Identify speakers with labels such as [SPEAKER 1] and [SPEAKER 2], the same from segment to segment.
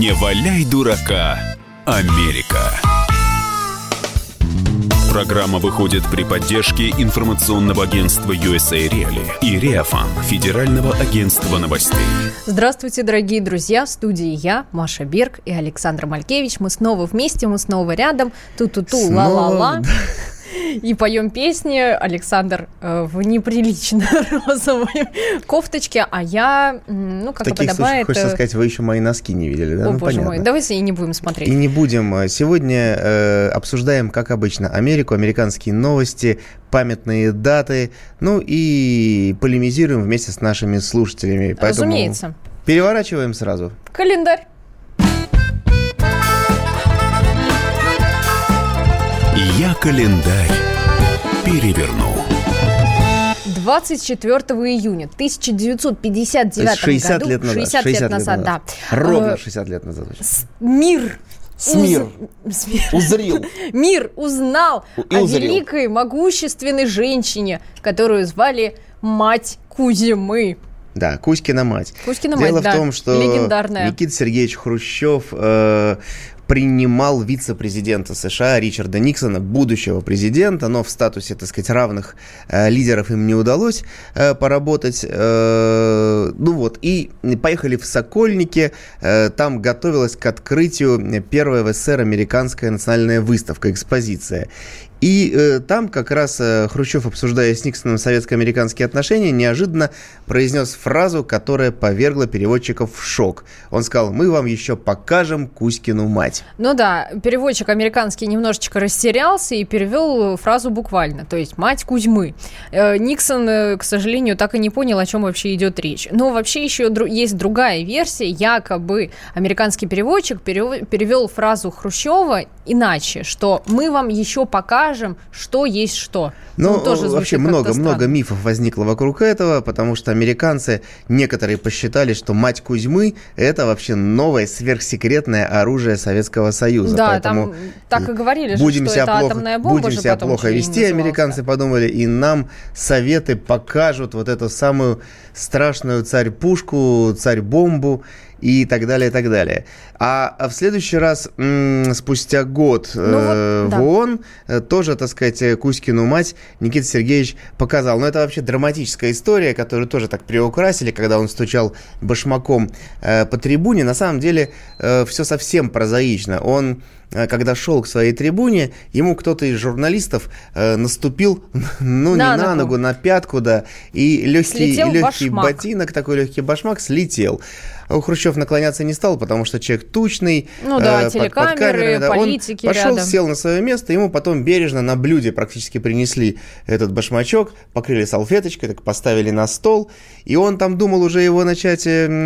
[SPEAKER 1] Не валяй дурака, Америка. Программа выходит при поддержке информационного агентства USA Reali и Реафан, Федерального агентства новостей.
[SPEAKER 2] Здравствуйте, дорогие друзья. В студии я, Маша Берг и Александр Малькевич. Мы снова вместе, мы снова рядом. Ту-ту-ту, ла-ла-ла. И поем песни. Александр в неприлично розовой кофточке, а я, как и подобает... В таких случаях,
[SPEAKER 3] хочется сказать, вы еще мои носки не видели, да?
[SPEAKER 2] О, боже мой, давайте и не будем смотреть.
[SPEAKER 3] И не будем. Сегодня обсуждаем, как обычно, Америку, американские новости, памятные даты, и полемизируем вместе с нашими слушателями. Поэтому
[SPEAKER 2] разумеется.
[SPEAKER 3] Переворачиваем сразу.
[SPEAKER 2] Календарь.
[SPEAKER 1] Я календарь переверну.
[SPEAKER 2] 24 июня 1959 году.
[SPEAKER 3] 60 лет назад.
[SPEAKER 2] 60 лет назад, да.
[SPEAKER 3] Ровно 60 лет назад.
[SPEAKER 2] Мир
[SPEAKER 3] узрел.
[SPEAKER 2] Мир узнал о великой, могущественной женщине, которую звали мать Кузьмы.
[SPEAKER 3] Да, Кузькина мать.
[SPEAKER 2] Дело
[SPEAKER 3] в том, что
[SPEAKER 2] легендарная.
[SPEAKER 3] Никита Сергеевич Хрущев принимал вице-президента США Ричарда Никсона, будущего президента, но в статусе, так сказать, равных лидеров им не удалось поработать. И поехали в Сокольники, там готовилась к открытию первая в СССР американская национальная выставка, экспозиция. И там как раз Хрущев, обсуждая с Никсоном советско-американские отношения, неожиданно произнес фразу, которая повергла переводчиков в шок. Он сказал: «Мы вам еще покажем Кузькину мать».
[SPEAKER 2] Ну да, переводчик американский немножечко растерялся и перевел фразу буквально, то есть «мать Кузьмы». Никсон, к сожалению, так и не понял, о чем вообще идет речь. Но вообще еще есть другая версия. Якобы американский переводчик перевел фразу Хрущева иначе, что «мы вам еще покажем, что есть что».
[SPEAKER 3] Тоже вообще много мифов возникло вокруг этого, потому что американцы некоторые посчитали, что мать Кузьмы – это вообще новое сверхсекретное оружие Советского Союза.
[SPEAKER 2] Да,
[SPEAKER 3] поэтому
[SPEAKER 2] там так и говорили, что это атомная бомба.
[SPEAKER 3] Будем себя плохо вести, американцы подумали, и нам Советы покажут вот эту самую страшную царь-пушку, царь-бомбу и так далее, и так далее. А в следующий раз, спустя год, в ООН тоже, так сказать, Кузькину мать Никита Сергеевич показал. Но это вообще драматическая история, которую тоже так приукрасили, когда он стучал башмаком по трибуне. На самом деле все совсем прозаично. Он, когда шел к своей трибуне, ему кто-то из журналистов наступил, на ногу, на пятку, да, и легкий ботинок, такой легкий башмак слетел. Хрущев наклоняться не стал, потому что человек тучный.
[SPEAKER 2] Телекамеры, политики
[SPEAKER 3] он пошел,
[SPEAKER 2] рядом.
[SPEAKER 3] сел на свое место, ему потом бережно на блюде практически принесли этот башмачок, покрыли салфеточкой, так поставили на стол, и он там думал уже его начать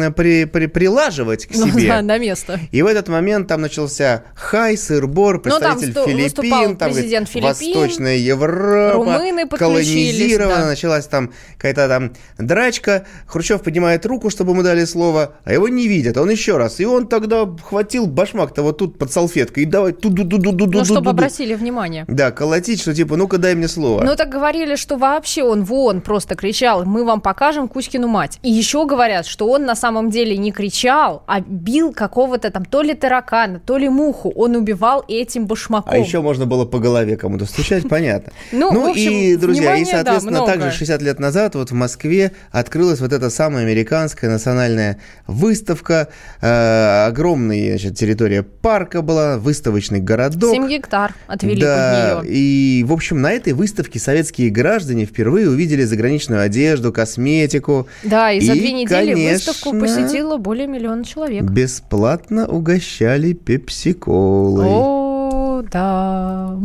[SPEAKER 3] прилаживать к себе.
[SPEAKER 2] На место.
[SPEAKER 3] И в этот момент там начался хай, сыр-бор, представитель Филиппин, там
[SPEAKER 2] президент Филиппин,
[SPEAKER 3] Восточная Европа,
[SPEAKER 2] румыны
[SPEAKER 3] колонизирована,
[SPEAKER 2] да.
[SPEAKER 3] Началась там какая-то драчка. Хрущев поднимает руку, чтобы ему дали слово, а его не видят. Он еще раз. И он тогда хватил башмак-то вот тут под салфеткой и давай
[SPEAKER 2] чтобы обратили внимание.
[SPEAKER 3] Да, колотить, что типа, ну-ка дай мне слово.
[SPEAKER 2] Так говорили, что вообще он в ООН просто кричал: «Мы вам покажем Кузькину мать». И еще говорят, что он на самом деле не кричал, а бил какого-то там то ли таракана, то ли муху. Он убивал этим башмаком.
[SPEAKER 3] А еще можно было по голове кому-то стучать, понятно.
[SPEAKER 2] В общем,
[SPEAKER 3] и, друзья, и, соответственно,
[SPEAKER 2] да,
[SPEAKER 3] также 60 лет назад вот в Москве открылась вот эта самая американская национальная выставка. Огромная, территория парка была, выставочный городок.
[SPEAKER 2] 7 гектар отвели под нее.
[SPEAKER 3] И, в общем, на этой выставке советские граждане впервые увидели заграничную одежду, косметику.
[SPEAKER 2] Да, и за 2 недели выставку посетило более 1 миллиона человек.
[SPEAKER 3] Бесплатно угощали пепси-колой.
[SPEAKER 2] О, да.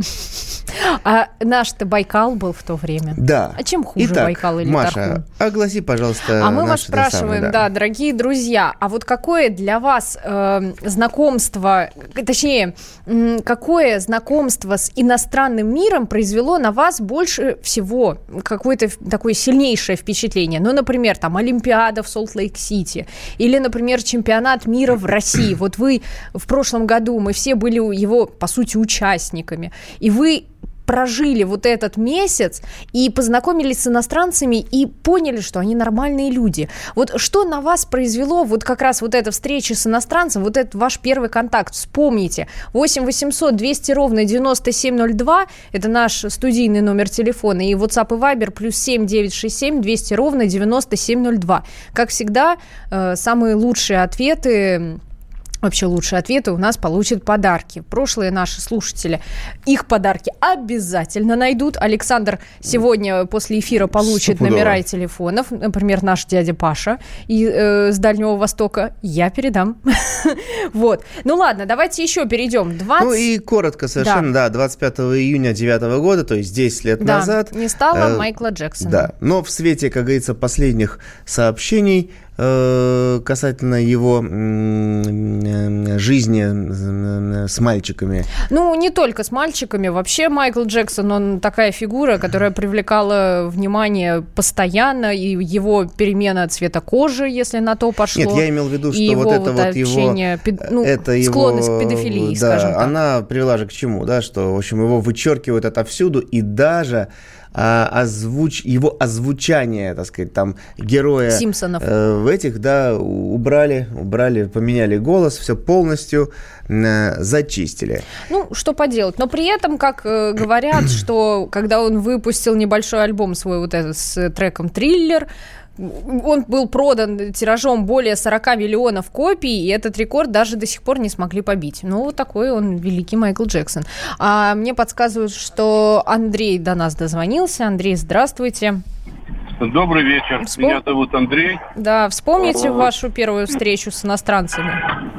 [SPEAKER 2] А наш-то Байкал был в то время.
[SPEAKER 3] Да.
[SPEAKER 2] А чем хуже Байкал или
[SPEAKER 3] Маша,
[SPEAKER 2] Тархун?
[SPEAKER 3] огласи, пожалуйста,
[SPEAKER 2] мы вас спрашиваем, дорогие друзья, а вот какое для вас знакомство, точнее, какое знакомство с иностранным миром произвело на вас больше всего какое-то такое сильнейшее впечатление? Например, там Олимпиада в Солт-Лейк-Сити или, например, чемпионат мира в России. Вот вы в прошлом году, мы все были его, по сути, участниками, и вы прожили вот этот месяц и познакомились с иностранцами и поняли, что они нормальные люди. Вот что на вас произвело вот как раз вот эта встреча с иностранцем, вот этот ваш первый контакт? Вспомните. 8 800 200 ровно 9702, это наш студийный номер телефона, и WhatsApp и Viber +7 967 200 ровно 9702. Как всегда, самые лучшие ответы... Вообще лучшие ответы у нас получат подарки. Прошлые наши слушатели их подарки обязательно найдут. Александр сегодня после эфира получит номера и телефонов. Например, наш дядя Паша с Дальнего Востока. Я передам. Вот. Ну ладно, давайте еще перейдем.
[SPEAKER 3] Ну и коротко совершенно, да, 25 июня 2009 года, то есть 10 лет назад.
[SPEAKER 2] Не стало Майкла Джексона.
[SPEAKER 3] Да, но в свете, как говорится, последних сообщений касательно его жизни с мальчиками.
[SPEAKER 2] Ну, не только с мальчиками. Вообще Майкл Джексон, он такая фигура, которая привлекала внимание постоянно, и его перемена цвета кожи, если на то пошло.
[SPEAKER 3] Нет, я имел в виду, что
[SPEAKER 2] его
[SPEAKER 3] вот это вот
[SPEAKER 2] общение, склонность к педофилии,
[SPEAKER 3] да,
[SPEAKER 2] скажем так.
[SPEAKER 3] Она привела же к чему, да, что, в общем, его вычеркивают отовсюду, и даже его озвучание, так сказать, там, героя
[SPEAKER 2] Симпсонов
[SPEAKER 3] в этих, да, убрали, поменяли голос, все полностью зачистили.
[SPEAKER 2] Ну, что поделать. Но при этом, как говорят, что когда он выпустил небольшой альбом свой вот этот с треком «Триллер», он был продан тиражом более 40 миллионов копий, и этот рекорд даже до сих пор не смогли побить. Ну, вот такой он великий Майкл Джексон. А мне подсказывают, что Андрей до нас дозвонился. Андрей, здравствуйте.
[SPEAKER 4] Добрый вечер. Меня зовут Андрей.
[SPEAKER 2] Да, вспомните вашу первую встречу с иностранцами.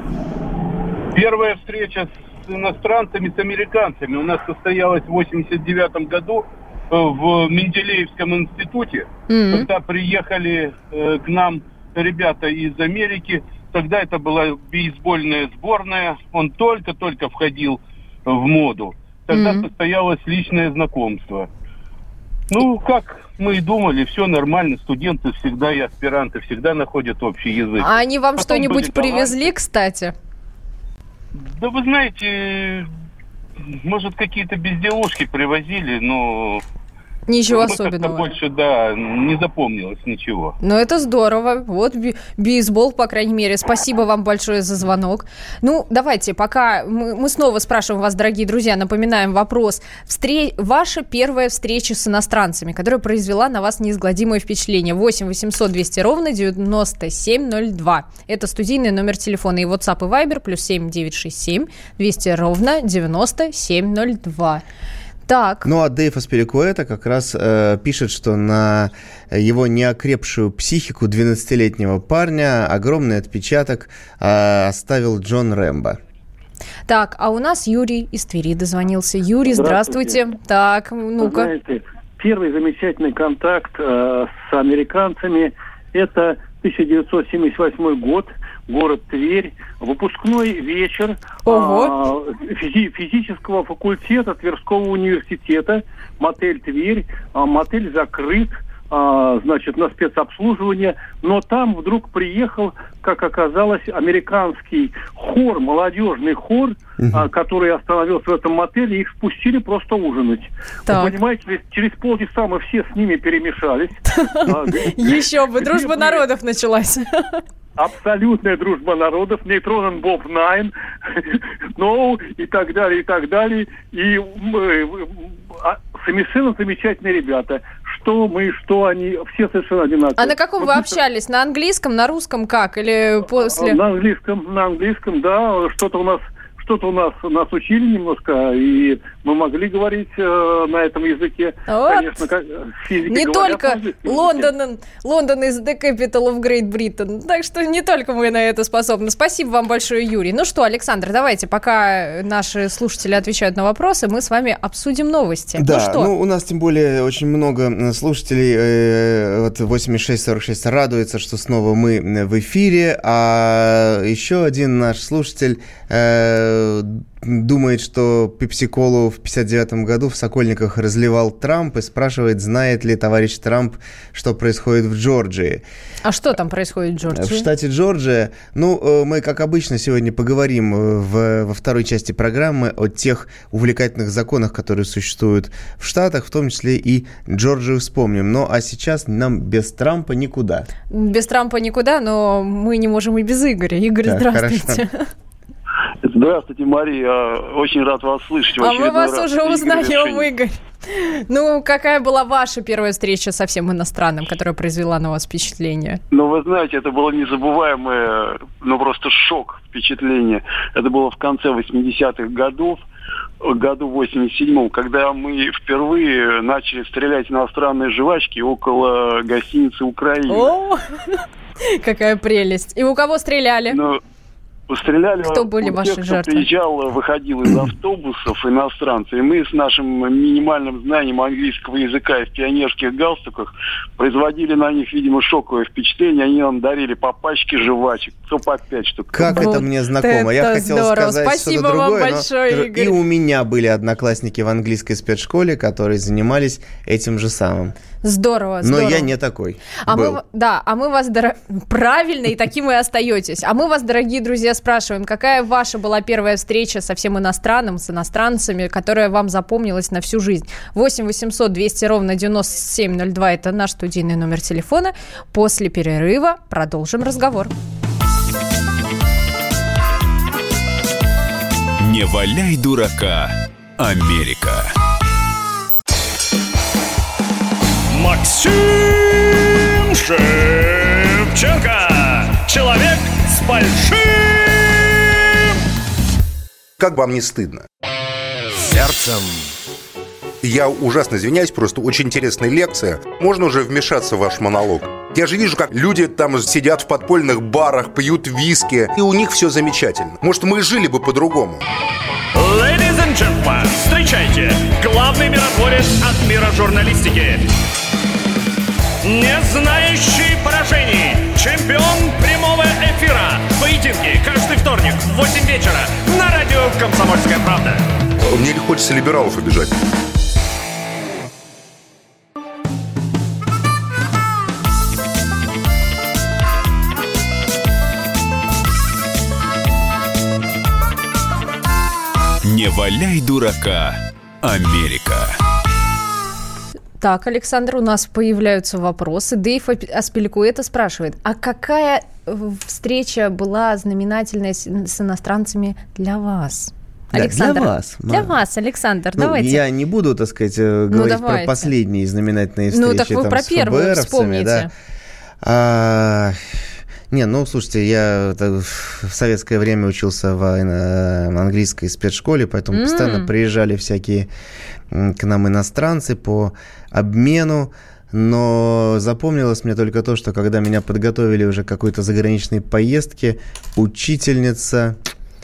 [SPEAKER 4] Первая встреча с иностранцами, с американцами у нас состоялась в 1989 году в Менделеевском институте, когда приехали к нам ребята из Америки. Тогда это была бейсбольная сборная, он только-только входил в моду. Тогда состоялось личное знакомство. Ну, как мы и думали, все нормально, студенты всегда и аспиранты всегда находят общий язык.
[SPEAKER 2] А они вам что-нибудь привезли, кстати?
[SPEAKER 4] Да вы знаете, может, какие-то безделушки привозили, но...
[SPEAKER 2] Ничего особенного.
[SPEAKER 4] Больше, да, не запомнилось ничего.
[SPEAKER 2] Ну, это здорово. Вот бейсбол, по крайней мере. Спасибо вам большое за звонок. Ну, давайте, пока мы снова спрашиваем вас, дорогие друзья, напоминаем вопрос. Ваша первая встреча с иностранцами, которая произвела на вас неизгладимое впечатление. 8 800 200 ровно 9702. Это студийный номер телефона и WhatsApp и Viber +7 967 200 ровно 9702. Так.
[SPEAKER 3] Ну, а Дэйв Аспиликуэта как раз пишет, что на его неокрепшую психику 12-летнего парня огромный отпечаток оставил Джон Рэмбо.
[SPEAKER 2] Так, а у нас Юрий из Твери дозвонился. Юрий, здравствуйте. Так, ну-ка.
[SPEAKER 5] Знаете, первый замечательный контакт с американцами – это 1978 год, город Тверь, выпускной вечер физического факультета Тверского университета, мотель «Тверь», мотель закрыт, значит, на спецобслуживание, но там вдруг приехал, как оказалось, американский хор, молодежный хор, который остановился в этом мотеле, и их спустили просто ужинать.
[SPEAKER 2] Так.
[SPEAKER 5] Вы понимаете, через полчаса мы все с ними перемешались.
[SPEAKER 2] Еще бы, дружба народов началась.
[SPEAKER 5] Абсолютная дружба народов, Нейтронен Боб Найн, ну и так далее, и так далее. И совершенно замечательные ребята. Что мы, что они, все совершенно одинаковые.
[SPEAKER 2] А на каком вы общались? На английском, на русском как? Или после?
[SPEAKER 5] На английском, да. Что-то у нас учили немножко, и мы могли говорить на этом языке.
[SPEAKER 2] Вот.
[SPEAKER 5] Конечно,
[SPEAKER 2] не только Лондон is the capital of Great Britain. Так что не только мы на это способны. Спасибо вам большое, Юрий. Ну что, Александр, давайте, пока наши слушатели отвечают на вопросы, мы с вами обсудим новости.
[SPEAKER 3] Да,
[SPEAKER 2] ну, что?
[SPEAKER 3] У нас тем более очень много слушателей. Вот 8646 радуется, что снова мы в эфире, а еще один наш слушатель думает, что пепси-колу в 1959 году в Сокольниках разливал Трамп и спрашивает, знает ли товарищ Трамп, что происходит в Джорджии.
[SPEAKER 2] А что там происходит в Джорджии?
[SPEAKER 3] В штате Джорджия. Мы, как обычно, сегодня поговорим во второй части программы о тех увлекательных законах, которые существуют в Штатах, в том числе и Джорджию вспомним. А сейчас нам без Трампа никуда.
[SPEAKER 2] Без Трампа никуда, но мы не можем и без Игоря. Игорь, да, здравствуйте.
[SPEAKER 3] Хорошо.
[SPEAKER 5] Здравствуйте, Мария. Очень рад вас слышать.
[SPEAKER 2] А мы вас уже узнаем, Игорь. Какая была ваша первая встреча со всем иностранным, которая произвела на вас впечатление?
[SPEAKER 5] Вы знаете, это было незабываемое, просто шок впечатление. Это было в конце 80-х годов, году 87-м, когда мы впервые начали стрелять иностранные жвачки около гостиницы «Украина».
[SPEAKER 2] О, какая прелесть. И у кого стреляли?
[SPEAKER 5] Стреляли.
[SPEAKER 2] Кто были ваши жертвы?
[SPEAKER 5] Кто выходил из автобусов иностранцы, и мы с нашим минимальным знанием английского языка и в пионерских галстуках производили на них, видимо, шоковое впечатление. Они нам дарили по пачке жвачек, кто по 5 штук.
[SPEAKER 3] Как это мне знакомо. Я хотел сказать
[SPEAKER 2] Спасибо
[SPEAKER 3] что-то другое.
[SPEAKER 2] Вам большое, Игорь.
[SPEAKER 3] И у меня были одноклассники в английской спецшколе, которые занимались этим же самым.
[SPEAKER 2] Здорово.
[SPEAKER 3] Но я не такой.
[SPEAKER 2] Мы вас правильно, и таким и остаетесь. А мы вас, дорогие друзья, спрашиваем, какая ваша была первая встреча со всем иностранным, с иностранцами, которая вам запомнилась на всю жизнь? 8 800 200 ровно 9702 – это наш студийный номер телефона. После перерыва продолжим разговор.
[SPEAKER 1] Не валяй дурака, Америка.
[SPEAKER 6] Максим Шевченко. Человек с большим...
[SPEAKER 7] Как вам не стыдно?
[SPEAKER 6] Сердцем.
[SPEAKER 7] Я ужасно извиняюсь, просто очень интересная лекция. Можно уже вмешаться в ваш монолог? Я же вижу, как люди там сидят в подпольных барах, пьют виски, и у них все замечательно. Может, мы жили бы по-другому?
[SPEAKER 6] Ladies and gentlemen, встречайте, главный миротворец от мира журналистики. Не знающий поражений, чемпион прямого эфира. Поединки каждый вторник в 8 вечера на радио «Комсомольская правда».
[SPEAKER 7] Мне не хочется либералов обижать.
[SPEAKER 1] Не валяй дурака, Америка.
[SPEAKER 2] Так, Александр, у нас появляются вопросы. Дейв Аспиликуэта спрашивает, а какая встреча была знаменательная с иностранцами для вас? Александр,
[SPEAKER 3] для вас.
[SPEAKER 2] Для вас, Александр, давайте.
[SPEAKER 3] Я не буду, так сказать, говорить про последние знаменательные встречи
[SPEAKER 2] так вы про первую вспомните.
[SPEAKER 3] Да. Слушайте, я в советское время учился в английской спецшколе, поэтому постоянно приезжали всякие к нам иностранцы по обмену, но запомнилось мне только то, что когда меня подготовили уже к какой-то заграничной поездке, учительница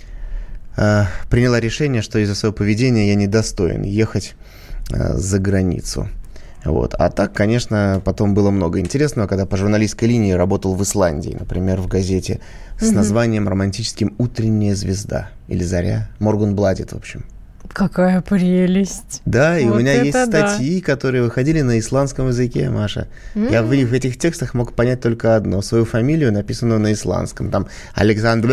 [SPEAKER 3] приняла решение, что из-за своего поведения я недостоин ехать за границу. А так, конечно, потом было много интересного, когда по журналистской линии работал в Исландии, например, в газете с названием «Романтическим «Утренняя звезда» или «Заря», Моргунбладет, в общем.
[SPEAKER 2] Какая прелесть.
[SPEAKER 3] Да, и у меня есть статьи, которые выходили на исландском языке, Маша. Я в этих текстах мог понять только одно. Свою фамилию, написанную на исландском. Там Александр...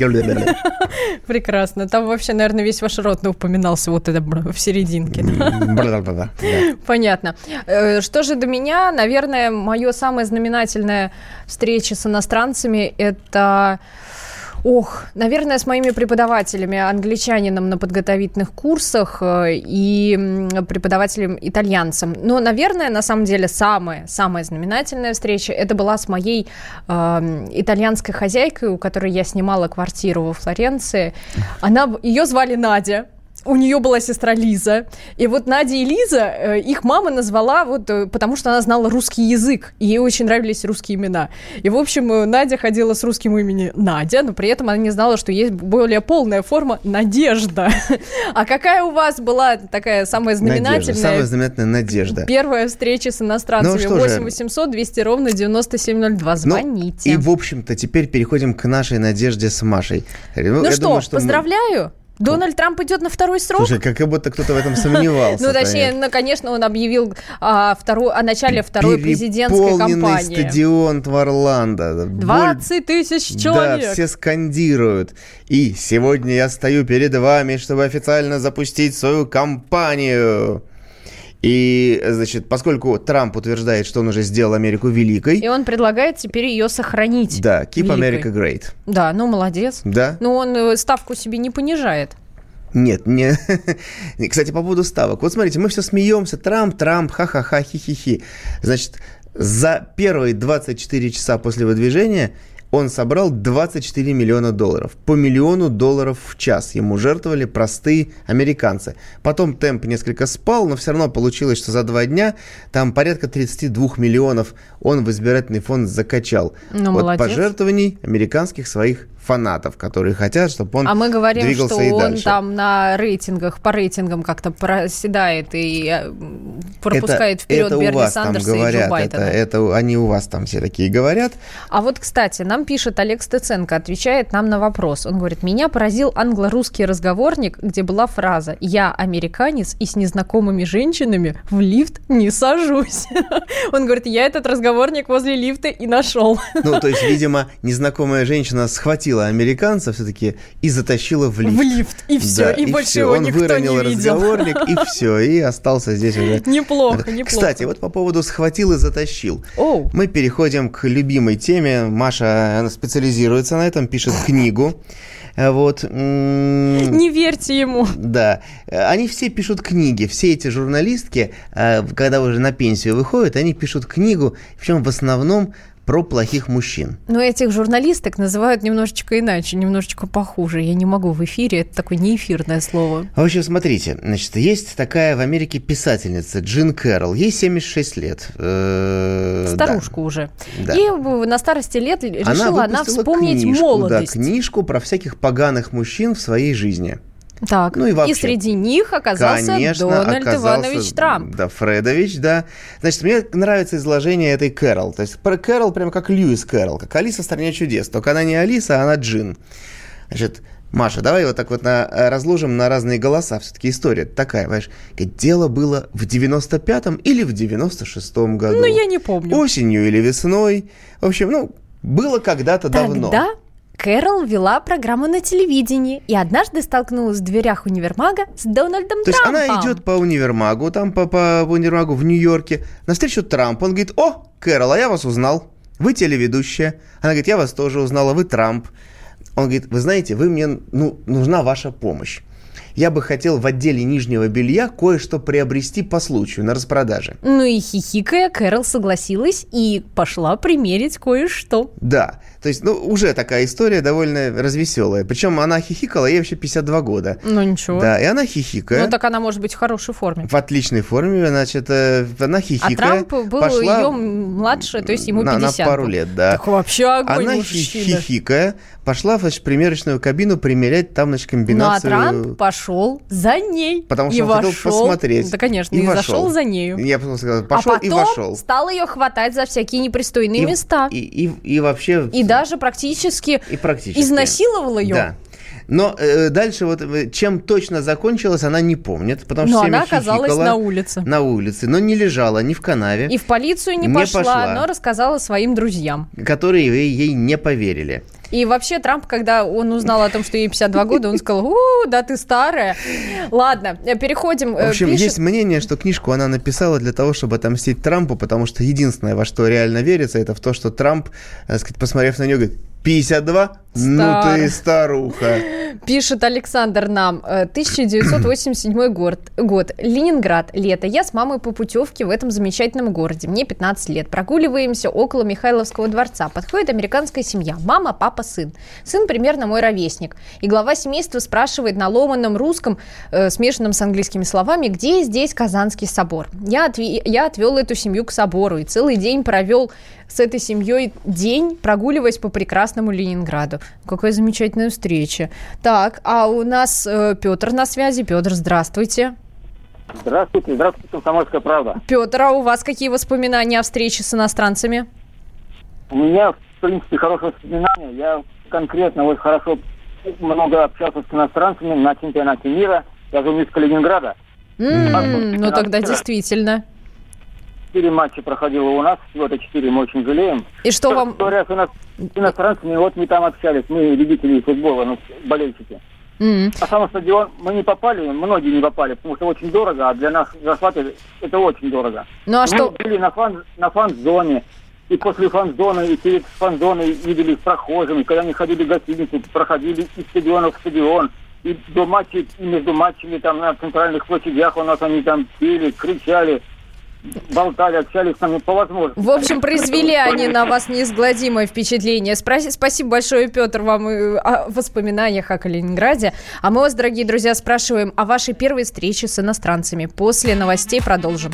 [SPEAKER 2] Прекрасно. Там вообще, наверное, весь ваш род упоминался вот это в серединке. Понятно. Что же до меня? Наверное, моя самая знаменательная встреча с иностранцами – это... наверное, с моими преподавателями, англичанином на подготовительных курсах и преподавателем-итальянцем. Но, наверное, на самом деле самая знаменательная встреча это была с моей итальянской хозяйкой, у которой я снимала квартиру во Флоренции. Ее звали Надя. У нее была сестра Лиза. И вот Надя и Лиза, их мама назвала потому что она знала русский язык. И ей очень нравились русские имена. И, в общем, Надя ходила с русским именем Надя, но при этом она не знала, что есть более полная форма Надежда. А какая у вас была такая самая знаменательная?
[SPEAKER 3] Самая знаменательная Надежда.
[SPEAKER 2] Первая встреча с иностранцами. 8 800 200 ровно 9702. Звоните.
[SPEAKER 3] И, в общем-то, теперь переходим к нашей Надежде с Машей.
[SPEAKER 2] Поздравляю. Дональд Трамп идет на второй срок?
[SPEAKER 3] Слушай, как будто кто-то в этом сомневался.
[SPEAKER 2] Ну, точнее, конечно, он объявил о начале второй президентской кампании.
[SPEAKER 3] Переполненный стадион в Орландо.
[SPEAKER 2] 20 тысяч человек.
[SPEAKER 3] Да, все скандируют. И сегодня я стою перед вами, чтобы официально запустить свою кампанию. И, значит, поскольку Трамп утверждает, что он уже сделал Америку великой... И
[SPEAKER 2] он предлагает теперь ее сохранить.
[SPEAKER 3] Да, keep
[SPEAKER 2] великой.
[SPEAKER 3] America great.
[SPEAKER 2] Да, ну, молодец.
[SPEAKER 3] Да.
[SPEAKER 2] Но он ставку себе не понижает.
[SPEAKER 3] Нет, не. Кстати, по поводу ставок. Вот смотрите, мы все смеемся. Трамп, ха-ха-ха, хи-хи-хи. Значит, за первые 24 часа после выдвижения он собрал $24 миллиона. По $1 миллион в час ему жертвовали простые американцы. Потом темп несколько спал, но все равно получилось, что за 2 дня там порядка 32 миллионов он в избирательный фонд закачал.
[SPEAKER 2] Ну,
[SPEAKER 3] от
[SPEAKER 2] молодец.
[SPEAKER 3] Пожертвований американских своих фанатов, которые хотят, чтобы он двигался и дальше.
[SPEAKER 2] А мы говорим, что он там на рейтингах, по рейтингам как-то проседает и пропускает вперед Берни Сандерса и Джо Байдена.
[SPEAKER 3] Это они у вас там все такие говорят.
[SPEAKER 2] А вот, кстати, нам пишет Олег Стеценко, отвечает нам на вопрос. Он говорит, меня поразил англо-русский разговорник, где была фраза «Я американец и с незнакомыми женщинами в лифт не сажусь». Он говорит, я этот разговорник возле лифта и нашел.
[SPEAKER 3] Ну, то есть, видимо, незнакомая женщина схватила американца все-таки и затащила в лифт.
[SPEAKER 2] В лифт, и все, да, и больше его никто не видел. Он выронил разговорник,
[SPEAKER 3] и все, и остался здесь уже.
[SPEAKER 2] Неплохо.
[SPEAKER 3] Кстати, вот по поводу «схватил и затащил». Мы переходим к любимой теме. Маша, она специализируется на этом, пишет книгу. Вот.
[SPEAKER 2] Не верьте ему.
[SPEAKER 3] Да. Они все пишут книги. Все эти журналистки, когда уже на пенсию выходят, они пишут книгу, причем в основном про плохих мужчин.
[SPEAKER 2] Но этих журналисток называют немножечко иначе, немножечко похуже. Я не могу в эфире, это такое неэфирное слово.
[SPEAKER 3] В общем, смотрите, значит, есть такая в Америке писательница Джин Кэрролл, ей 76 лет.
[SPEAKER 2] Старушка уже.
[SPEAKER 3] Да.
[SPEAKER 2] И на старости лет решила она вспомнить молодость.
[SPEAKER 3] Да, книжку про всяких поганых мужчин в своей жизни.
[SPEAKER 2] Так,
[SPEAKER 3] ну и вообще.
[SPEAKER 2] И среди них оказался Дональд Иванович Трамп.
[SPEAKER 3] Да, Фредович, да. Значит, мне нравится изложение этой Кэрролл. То есть про Кэрролл прямо как Льюис Кэрролл, как Алиса в «Стране чудес». Только она не Алиса, а она Джин. Значит, Маша, давай вот так вот разложим на разные голоса. Все-таки история такая, понимаешь. Дело было в 95-м или в 96-м году.
[SPEAKER 2] Ну, я не помню.
[SPEAKER 3] Осенью или весной. В общем, было когда-то давно.
[SPEAKER 2] Тогда Кэрролл вела программу на телевидении и однажды столкнулась в дверях универмага с Дональдом Трампом.
[SPEAKER 3] То есть она идет по универмагу, там по универмагу в Нью-Йорке, навстречу Трампу. Он говорит: «О, Кэрролл, а я вас узнал. Вы телеведущая». Она говорит: «Я вас тоже узнала, вы Трамп». Он говорит: «Вы знаете, мне нужна ваша помощь. Я бы хотел в отделе нижнего белья кое-что приобрести по случаю на распродаже».
[SPEAKER 2] Ну и хихикая, Кэрролл согласилась и пошла примерить кое-что.
[SPEAKER 3] Да, то есть, уже такая история довольно развеселая. Причем она хихикала, ей вообще 52 года.
[SPEAKER 2] Ну ничего.
[SPEAKER 3] Да, и она хихикая.
[SPEAKER 2] Ну так она может быть в хорошей форме.
[SPEAKER 3] В отличной форме, значит, она хихикая.
[SPEAKER 2] А Трамп был ее младше, то есть ему 50.
[SPEAKER 3] На пару лет, да.
[SPEAKER 2] Так вообще огонь
[SPEAKER 3] она
[SPEAKER 2] мужчина.
[SPEAKER 3] Хихикая пошла в примерочную кабину примерять там, значит, комбинацию.
[SPEAKER 2] Ну а Трамп пошел за ней.
[SPEAKER 3] Потому что он хотел посмотреть.
[SPEAKER 2] Да, конечно, и зашел за нею.
[SPEAKER 3] Я сказал, пошел и вошел.
[SPEAKER 2] А потом стал ее хватать за всякие непристойные места.
[SPEAKER 3] И вообще...
[SPEAKER 2] И даже практически изнасиловал ее.
[SPEAKER 3] Да. Но дальше чем точно закончилось, она не помнит, потому что
[SPEAKER 2] она оказалась на улице.
[SPEAKER 3] На улице, но не лежала ни в канаве.
[SPEAKER 2] И в полицию не пошла, но рассказала своим друзьям.
[SPEAKER 3] Которые ей не поверили.
[SPEAKER 2] И вообще Трамп, когда он узнал о том, что ей 52 года, он сказал: да ты старая. Ладно, переходим.
[SPEAKER 3] В общем, есть мнение, что книжку она написала для того, чтобы отомстить Трампу, потому что единственное, во что реально верится, это в то, что Трамп, так сказать, посмотрев на нее, говорит: 52? Ну ты старуха.
[SPEAKER 2] Пишет Александр нам. 1987 год. Ленинград. Лето. Я с мамой по путевке в этом замечательном городе. Мне 15 лет. Прогуливаемся около Михайловского дворца. Подходит американская семья. Мама, папа, сын. Сын примерно мой ровесник. И глава семейства спрашивает на ломаном русском, смешанном с английскими словами, где здесь Казанский собор. Я отвел эту семью к собору и целый день провел с этой семьей прогуливаясь по прекрасному Ленинграду. Какая замечательная встреча. Так, а у нас Петр на связи. Петр, здравствуйте.
[SPEAKER 8] Здравствуйте, «Комсомольская правда».
[SPEAKER 2] Петр, а у вас какие воспоминания о встрече с иностранцами?
[SPEAKER 8] У меня, в принципе, хорошие воспоминания. Я конкретно хорошо много общался с иностранцами на чемпионате мира. Я же из Калининграда.
[SPEAKER 2] Ну тогда действительно.
[SPEAKER 8] 4 матча проходило у нас, всего-то 4, мы очень жалеем.
[SPEAKER 2] И что вам...
[SPEAKER 8] Говоря с иностранцами, вот мы там общались, мы любители футбола, болельщики. А сам стадион мы не попали, многие не попали, потому что очень дорого, а для нас зарплаты это очень дорого.
[SPEAKER 2] Ну а что?
[SPEAKER 8] Мы были на фан-зоне, и после фан-зоны, и перед фан-зоной видели прохожими, когда они ходили в гостиницу, проходили из стадиона в стадион, и до матчей, и между матчами там на центральных площадях у нас они там пели, кричали, болтали, общались с нами по возможности.
[SPEAKER 2] В общем, произвели они на вас неизгладимое впечатление. Спасибо большое, Петр, вам о воспоминаниях о Калининграде. А мы вас, дорогие друзья, спрашиваем о вашей первой встрече с иностранцами. После новостей продолжим.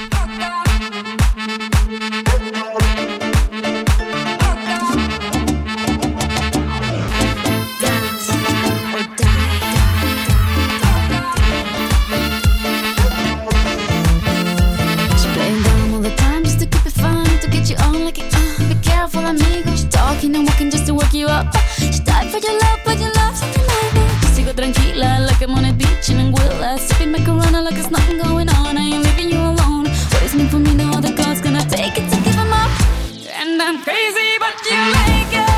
[SPEAKER 9] Talking and walking just to work you up. She died for your love, something like that. Sigo tranquila, like I'm on a beach in Anguilla. Sipping my Corona like there's nothing going on. I ain't leaving you alone. What is meant for me, no other God's gonna take it to give him up. And I'm crazy, but you like it.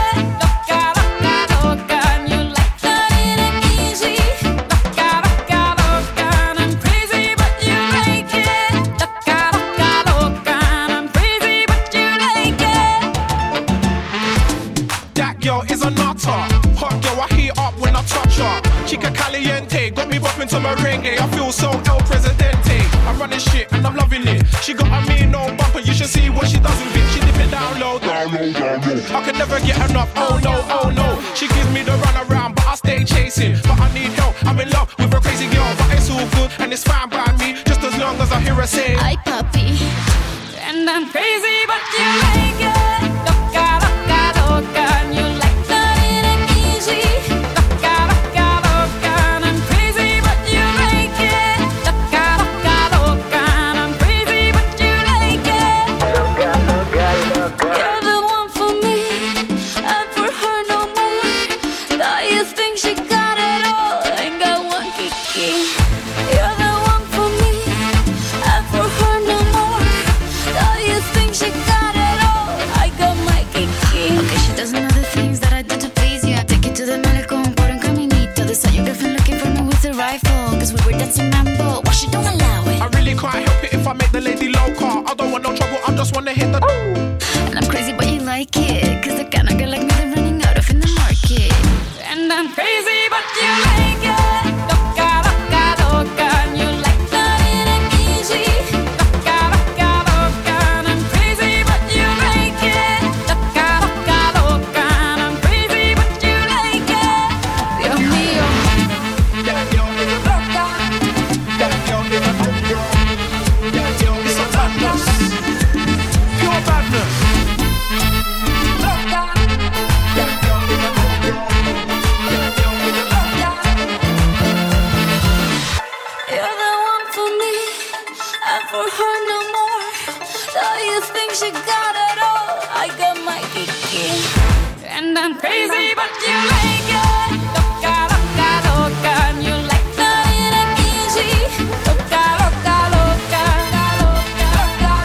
[SPEAKER 10] Chica caliente, got me bopping to merengue. I feel so El Presidente. I'm running shit and I'm loving it. She got a mean no bumper, you should see what she does with it. She dip it down low, down low, down low. I can never get enough, oh no, oh no. She gives me the run around, but I stay chasing. But I need help, I'm in love with a crazy girl. But it's all good and it's fine by me, just as long as I hear her say
[SPEAKER 9] hi puppy. And I'm crazy, but you like it. Loca, loca, loca, and you like that it ain't easy.
[SPEAKER 10] Wanna hit the
[SPEAKER 9] and I'm crazy but you like it, cause the kind of girl like me they're running out of in the market. And I'm crazy but you like it. Loca, loca, loca, and you like that it ain't easy. Loca, loca, loca, and I'm crazy but you like it. Loca, loca, loca, and I'm crazy but you like it. Dios mío. She got it all. I got my kiki. And I'm crazy, but you like it. Loca, loca, loca, and you like that it ain't easy. Loca, loca, loca, loca,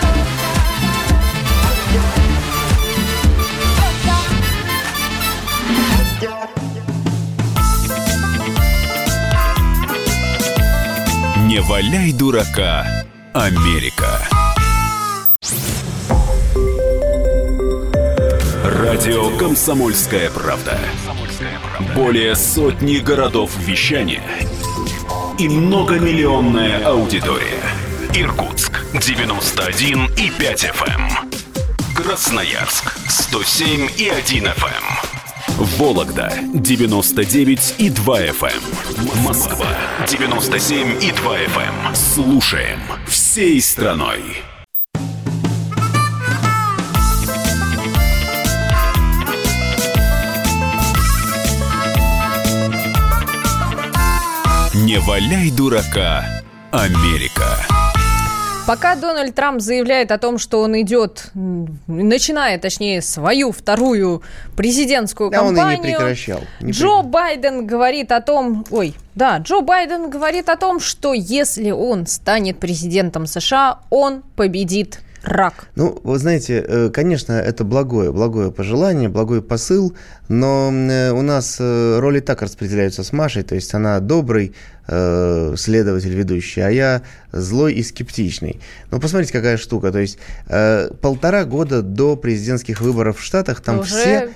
[SPEAKER 1] loca. Не валяй дурака, Америка. Радио «Комсомольская правда». Более сотни городов вещания и многомиллионная аудитория. Иркутск 91,5 FM. Красноярск 107,1 FM. Вологда 99,2 FM. Москва 97,2 FM. Слушаем всей страной. Не валяй дурака, Америка.
[SPEAKER 2] Пока Дональд Трамп заявляет о том, что он начинает, точнее, свою вторую президентскую кампанию.
[SPEAKER 3] Он и не прекращал.
[SPEAKER 2] Джо Байден говорит о том, что если он станет президентом США, он победит рак.
[SPEAKER 3] Ну, вы знаете, конечно, это благое пожелание, благой посыл, но у нас роли так распределяются с Машей, то есть она добрый следователь, ведущий, а я злой и скептичный. Но посмотрите, какая штука, то есть 1,5 года до президентских выборов в Штатах там все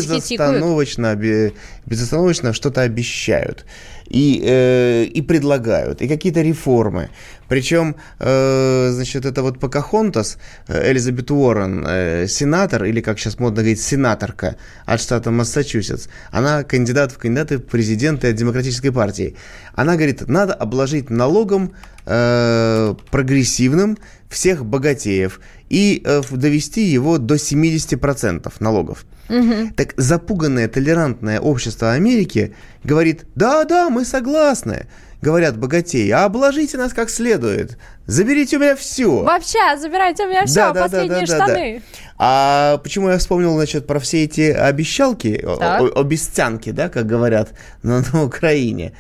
[SPEAKER 3] безостановочно что-то обещают и предлагают, и какие-то реформы. Причем, значит, это вот Покахонтас, Элизабет Уоррен, сенатор, или, как сейчас модно говорить, сенаторка от штата Массачусетс, она кандидат в кандидаты в президенты от Демократической партии. Она говорит, надо обложить налогом прогрессивным всех богатеев и довести его до 70% налогов. Угу. Так запуганное, толерантное общество Америки говорит, да, мы согласны. Говорят богатеи, а обложите нас как следует. Заберите у меня все.
[SPEAKER 2] Вообще, забирайте у меня все, последние штаны.
[SPEAKER 3] А почему я вспомнил, значит, про все эти обещалки, обещанки, да, как говорят на Украине.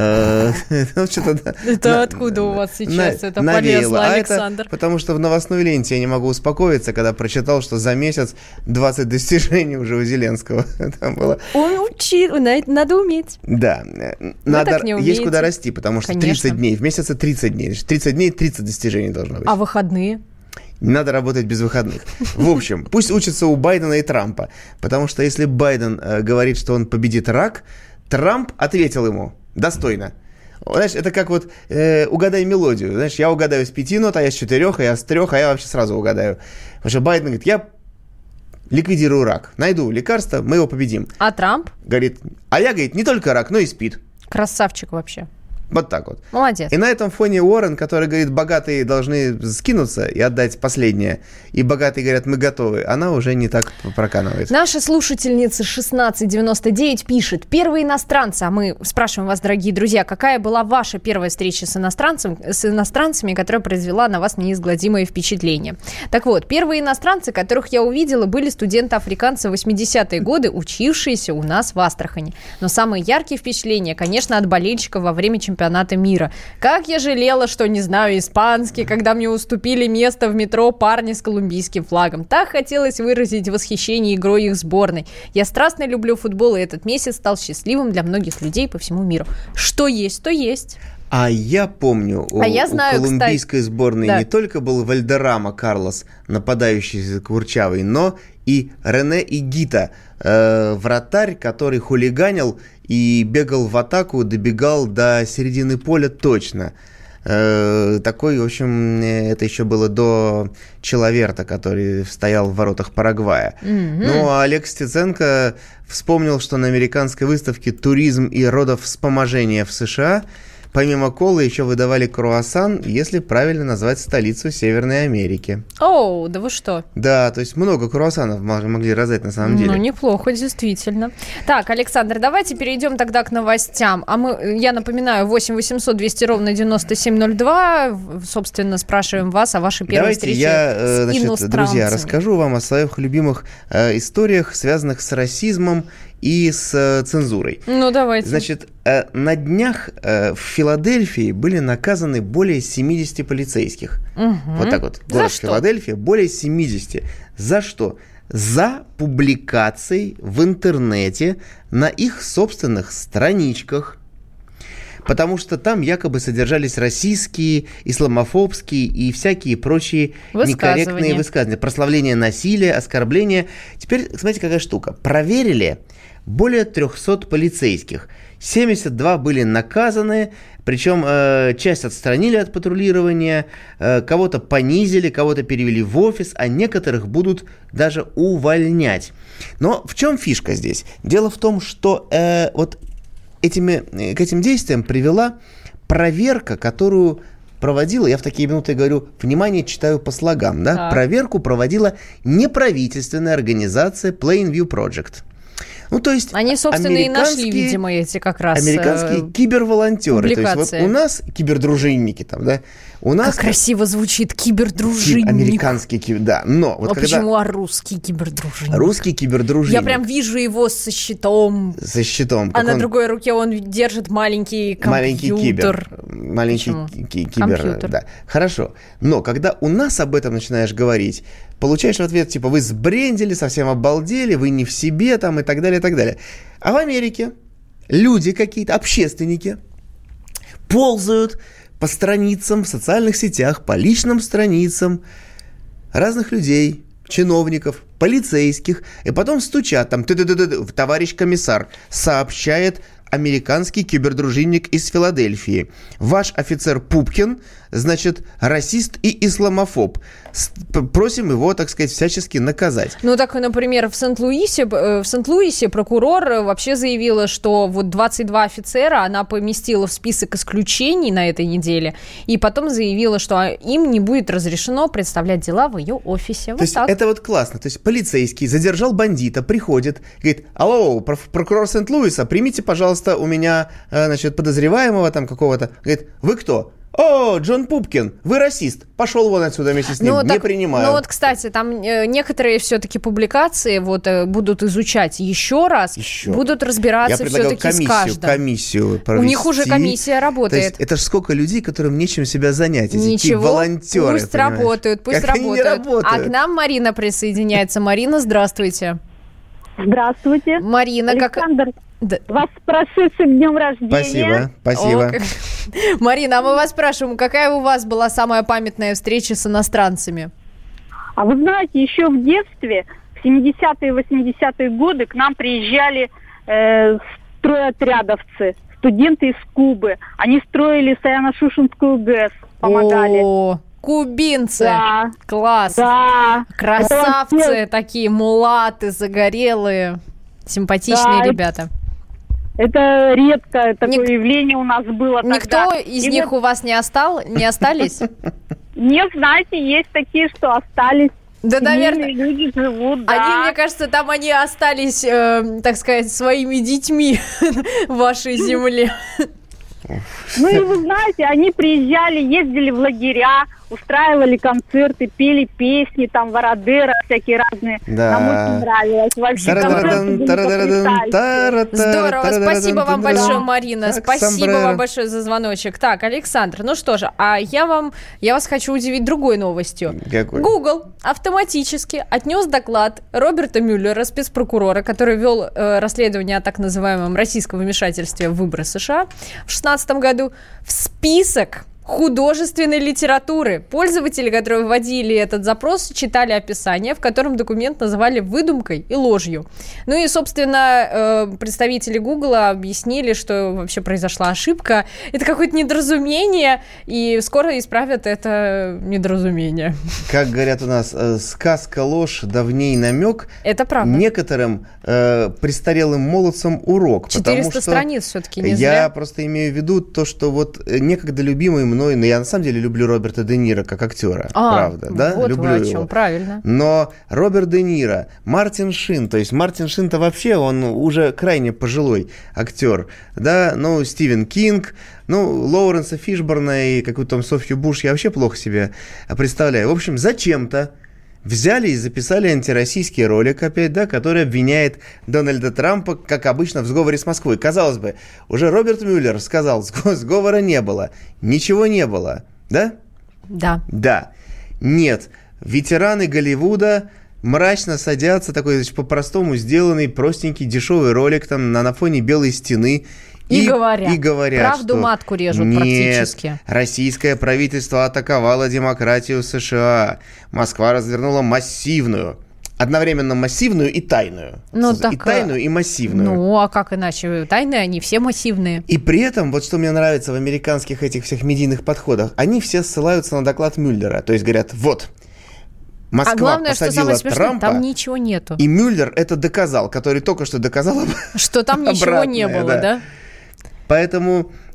[SPEAKER 2] Это откуда у вас сейчас это полезло, Александр?
[SPEAKER 3] Потому что в новостной ленте я не могу успокоиться, когда прочитал, что за месяц 20 достижений уже у Зеленского. Там было.
[SPEAKER 2] Надо уметь.
[SPEAKER 3] Да. Есть куда расти, потому что 30 дней, в месяце 30 дней. 30 дней, 30 достижений должно быть.
[SPEAKER 2] А выходные?
[SPEAKER 3] Не надо работать без выходных. В общем, пусть учатся у Байдена и Трампа, потому что если Байден говорит, что он победит рак, Трамп ответил ему достойно. Знаешь, это как вот угадай мелодию. Знаешь, я угадаю с 5 нот, а я с 4, а я с 3, а я вообще сразу угадаю. Потому что Байден говорит, я ликвидирую рак, найду лекарство, мы его победим.
[SPEAKER 2] А Трамп?
[SPEAKER 3] Говорит, а я, говорит, не только рак, но и СПИД.
[SPEAKER 2] Красавчик вообще.
[SPEAKER 3] Вот так вот.
[SPEAKER 2] Молодец.
[SPEAKER 3] И на этом фоне Уоррен, который говорит, богатые должны скинуться и отдать последнее, и богатые говорят, мы готовы, она уже не так проканывает.
[SPEAKER 2] Наша слушательница 1699 пишет, первые иностранцы, а мы спрашиваем вас, дорогие друзья, какая была ваша первая встреча с иностранцами, которая произвела на вас неизгладимое впечатление? Так вот, первые иностранцы, которых я увидела, были студенты-африканцы 80-е годы, учившиеся у нас в Астрахани. Но самые яркие впечатления, конечно, от болельщиков во время чемпионата мира. Как я жалела, что не знаю испанский, когда мне уступили место в метро парни с колумбийским флагом. Так хотелось выразить восхищение игрой их сборной. Я страстно люблю футбол, и этот месяц стал счастливым для многих людей по всему миру. Что есть, то есть.
[SPEAKER 3] А я помню, у колумбийской сборной не только был Вальдеррама Карлос, нападающий курчавый, но и Рене Игита, вратарь, который хулиганил и бегал в атаку, добегал до середины поля точно. Такой, в общем, это еще было до Человерта, который стоял в воротах Парагвая. Mm-hmm. Ну, а Олег Стеценко вспомнил, что на американской выставке «Туризм и родовспоможение в США» помимо колы еще выдавали круассан, если правильно назвать столицу Северной Америки.
[SPEAKER 2] Оу, да вы что?
[SPEAKER 3] Да, то есть много круассанов могли раздать на самом деле.
[SPEAKER 2] Ну, неплохо, действительно. Так, Александр, давайте перейдем тогда к новостям. Я напоминаю, 8 800 200 ровно 9702. Собственно, спрашиваем вас о вашей первой встрече с иностранцами.
[SPEAKER 3] Друзья, расскажу вам о своих любимых историях, связанных с расизмом и с цензурой.
[SPEAKER 2] Ну, давайте.
[SPEAKER 3] Значит, на днях в Филадельфии были наказаны более 70 полицейских. Угу. Вот так вот. Город Филадельфия, более 70. За что? За публикации в интернете на их собственных страничках. Потому что там якобы содержались российские, исламофобские и всякие прочие некорректные высказывания. Прославление насилия, оскорбления. Теперь, смотрите, какая штука. Проверили более 300 полицейских. 72 были наказаны, причем часть отстранили от патрулирования, кого-то понизили, кого-то перевели в офис, а некоторых будут даже увольнять. Но в чем фишка здесь? Дело в том, что вот к этим действиям привела проверка, которую проводила, я в такие минуты говорю, внимание, читаю по слогам, да? Проверку проводила неправительственная организация Plainview Project. Ну, то есть
[SPEAKER 2] они, собственно, и нашли, видимо, эти как раз
[SPEAKER 3] американские киберволонтеры. То есть вот у нас кибердружинники там, да? У нас
[SPEAKER 2] как красиво звучит кибердружинник.
[SPEAKER 3] Американский да. Но вот
[SPEAKER 2] почему русский кибердружинник?
[SPEAKER 3] Русский кибердружинник.
[SPEAKER 2] Я прям вижу его со щитом.
[SPEAKER 3] Со щитом.
[SPEAKER 2] А на другой руке он держит маленький компьютер.
[SPEAKER 3] Маленький кибер. Да. Хорошо. Но когда у нас об этом начинаешь говорить, получаешь в ответ, типа, вы сбрендили, совсем обалдели, вы не в себе там и так далее, и так далее. А в Америке люди какие-то, общественники, ползают по страницам в социальных сетях, по личным страницам разных людей, чиновников, полицейских, и потом стучат там, товарищ комиссар сообщает американский кибердружинник из Филадельфии. Ваш офицер Пупкин, значит, расист и исламофоб. Просим его, так сказать, всячески наказать.
[SPEAKER 2] Ну, так, например, в Сент-Луисе прокурор вообще заявила, что вот 22 офицера она поместила в список исключений на этой неделе, и потом заявила, что им не будет разрешено представлять дела в ее офисе. Вот
[SPEAKER 3] то есть
[SPEAKER 2] так.
[SPEAKER 3] Это вот классно. То есть полицейский задержал бандита, приходит, говорит: алло, прокурор Сент-Луиса, примите, пожалуйста, у меня, значит, подозреваемого там какого-то. Говорит: вы кто? О, Джон Пупкин, вы расист. Пошел вон отсюда вместе с ним. Не принимаю.
[SPEAKER 2] Ну вот, кстати, там некоторые все-таки публикации вот будут изучать еще раз, будут разбираться все-таки с каждым.
[SPEAKER 3] Комиссию провести.
[SPEAKER 2] У них уже комиссия работает.
[SPEAKER 3] То есть это же сколько людей, которым нечем себя занять.
[SPEAKER 2] Ничего,
[SPEAKER 3] волонтеры,
[SPEAKER 2] пусть работают, пусть работают. А к нам Марина присоединяется. Марина, здравствуйте.
[SPEAKER 11] Здравствуйте.
[SPEAKER 2] Марина,
[SPEAKER 11] Александр, вас с прошедшим днем рождения.
[SPEAKER 3] Спасибо.
[SPEAKER 2] Марина, а мы вас спрашиваем, какая у вас была самая памятная встреча с иностранцами?
[SPEAKER 11] А вы знаете, еще в детстве, в 70-е и 80-е годы к нам приезжали стройотрядовцы, студенты из Кубы. Они строили Саяно-Шушенскую ГЭС, помогали.
[SPEAKER 2] О, кубинцы!
[SPEAKER 11] Да.
[SPEAKER 2] Класс!
[SPEAKER 11] Да.
[SPEAKER 2] Красавцы такие, мулаты, загорелые, симпатичные ребята.
[SPEAKER 11] Это редко такое явление у нас было тогда.
[SPEAKER 2] Никто из них у вас не остались?
[SPEAKER 11] Нет, знаете, есть такие, что остались.
[SPEAKER 2] Да, наверное.
[SPEAKER 11] Люди живут, да.
[SPEAKER 2] Они, мне кажется, там они остались, так сказать, своими детьми в вашей земле.
[SPEAKER 11] Ну и вы знаете, они приезжали, ездили в лагеря, устраивали концерты, пели песни, там, Вородера, всякие разные.
[SPEAKER 3] Да.
[SPEAKER 11] Нам очень нравилось. Вообще,
[SPEAKER 2] здорово, спасибо вам большое, Марина, спасибо вам большое за звоночек. Так, Александр, ну что же, а я вас хочу удивить другой новостью.
[SPEAKER 3] Какой?
[SPEAKER 2] Google автоматически отнес доклад Роберта Мюллера, спецпрокурора, который вел расследование о так называемом российском вмешательстве в выборы США в 2016 году, в список художественной литературы. Пользователи, которые вводили этот запрос, читали описание, в котором документ называли выдумкой и ложью. Ну и, собственно, представители Гугла объяснили, что вообще произошла ошибка. Это какое-то недоразумение, и скоро исправят это недоразумение.
[SPEAKER 3] Как говорят у нас, сказка ложь, давней намек.
[SPEAKER 2] Это правда.
[SPEAKER 3] Некоторым престарелым молодцам урок.
[SPEAKER 2] 400 страниц все-таки не
[SPEAKER 3] зря. Я
[SPEAKER 2] зря.
[SPEAKER 3] просто имею в виду то, что вот некогда любимый мной, но я на самом деле люблю Роберта Де Ниро как актера, правда, да?
[SPEAKER 2] Вот
[SPEAKER 3] люблю
[SPEAKER 2] вы о
[SPEAKER 3] его.
[SPEAKER 2] чем, правильно.
[SPEAKER 3] Но Роберт Де Ниро, Мартин Шин, то есть Мартин Шин-то вообще, он уже крайне пожилой актер, да, ну, Стивен Кинг, ну, Лоуренса Фишборна и какую-то там Софью Буш я вообще плохо себе представляю. В общем, зачем-то взяли и записали антироссийский ролик опять, да, который обвиняет Дональда Трампа, как обычно, в сговоре с Москвой. Казалось бы, уже Роберт Мюллер сказал, сговора не было, ничего не было, да?
[SPEAKER 2] Да.
[SPEAKER 3] Да. Нет. Ветераны Голливуда мрачно садятся, такой, значит, по-простому сделанный, простенький, дешевый ролик там на фоне белой стены. И говорят,
[SPEAKER 2] правду
[SPEAKER 3] что
[SPEAKER 2] матку режут
[SPEAKER 3] нет,
[SPEAKER 2] практически.
[SPEAKER 3] Российское правительство атаковало демократию США. Москва развернула массивную, одновременно массивную и тайную.
[SPEAKER 2] Ну,
[SPEAKER 3] и тайную, и массивную.
[SPEAKER 2] Ну, а как иначе? Тайные, они все массивные.
[SPEAKER 3] И при этом, вот что мне нравится в американских этих всех медийных подходах, они все ссылаются на доклад Мюллера. То есть говорят, вот, Москва
[SPEAKER 2] главное,
[SPEAKER 3] посадила
[SPEAKER 2] что самое смешное,
[SPEAKER 3] Трампа,
[SPEAKER 2] там ничего нету.
[SPEAKER 3] И Мюллер это доказал, который только что доказал
[SPEAKER 2] что там ничего не было, да?
[SPEAKER 3] Поэтому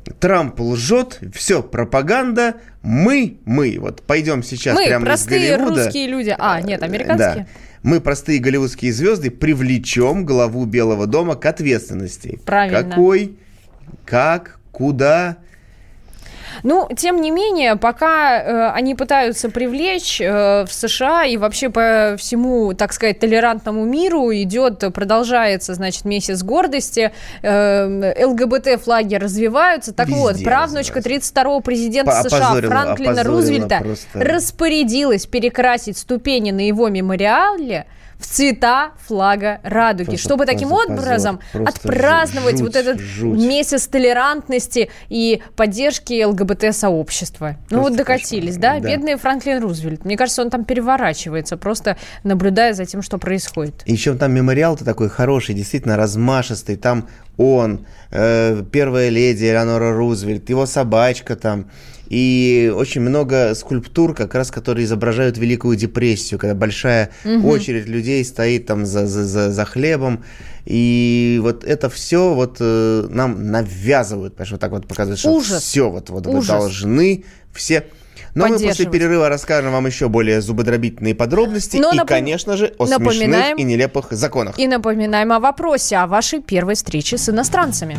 [SPEAKER 3] Трамп лжет, все пропаганда, мы, вот пойдем сейчас
[SPEAKER 2] мы,
[SPEAKER 3] прямо из Голливуда. Мы, простые
[SPEAKER 2] русские люди. Нет, американские.
[SPEAKER 3] Да. Мы, простые голливудские звезды, привлечем главу Белого дома к ответственности.
[SPEAKER 2] Правильно.
[SPEAKER 3] Какой, как, куда...
[SPEAKER 2] Ну, тем не менее, пока они пытаются привлечь в США и вообще по всему, так сказать, толерантному миру продолжается, значит, месяц гордости, ЛГБТ-флаги развиваются. Так везде вот, правнучка 32-го президента США Франклина Рузвельта распорядилась перекрасить ступени на его мемориале в цвета флага радуги, просто, чтобы таким образом отпраздновать вот этот месяц толерантности и поддержки ЛГБТ-сообщества. Ну вот докатились, да? Бедный Франклин Рузвельт. Мне кажется, он там переворачивается, просто наблюдая за тем, что происходит.
[SPEAKER 3] Еще там мемориал-то такой хороший, действительно размашистый. Там он, первая леди Элеонора Рузвельт, его собачка там. И очень много скульптур, как раз, которые изображают Великую депрессию, когда большая очередь людей стоит там за хлебом. И вот это все вот нам навязывают, потому что вот так вот показывают, что все вот вы должны все... Но мы после перерыва расскажем вам еще более зубодробительные подробности и, конечно же, о смешных и нелепых законах.
[SPEAKER 2] И напоминаем о вопросе о вашей первой встрече с иностранцами.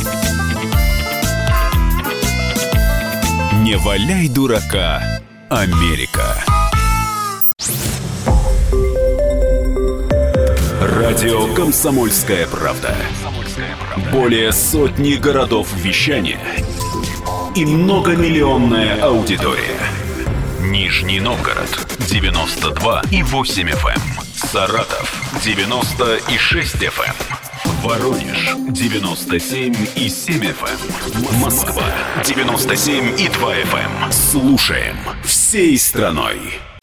[SPEAKER 1] Не валяй дурака, Америка. Радио «Комсомольская правда». Более сотни городов вещания и многомиллионная аудитория. Нижний Новгород 92,8 FM. Саратов 90,6 FM. Воронеж 97,7 FM. Москва 97,2 FM. Слушаем всей страной.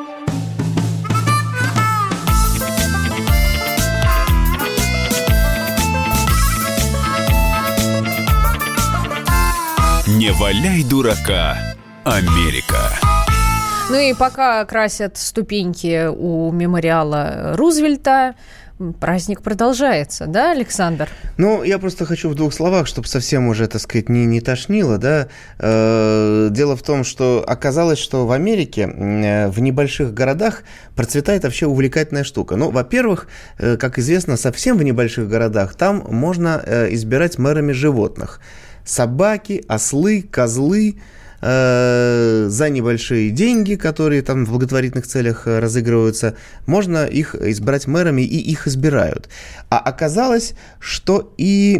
[SPEAKER 1] Не валяй дурака, Америка.
[SPEAKER 2] Ну и пока красят ступеньки у мемориала Рузвельта, праздник продолжается, да, Александр?
[SPEAKER 3] Ну, я просто хочу в двух словах, чтобы совсем уже, так сказать, не тошнило, да. Дело в том, что оказалось, что в Америке, в небольших городах процветает вообще увлекательная штука. Ну, во-первых, как известно, совсем в небольших городах там можно избирать мэрами животных. Собаки, ослы, козлы, за небольшие деньги, которые там в благотворительных целях разыгрываются, можно их избрать мэрами, и их избирают. А оказалось, что и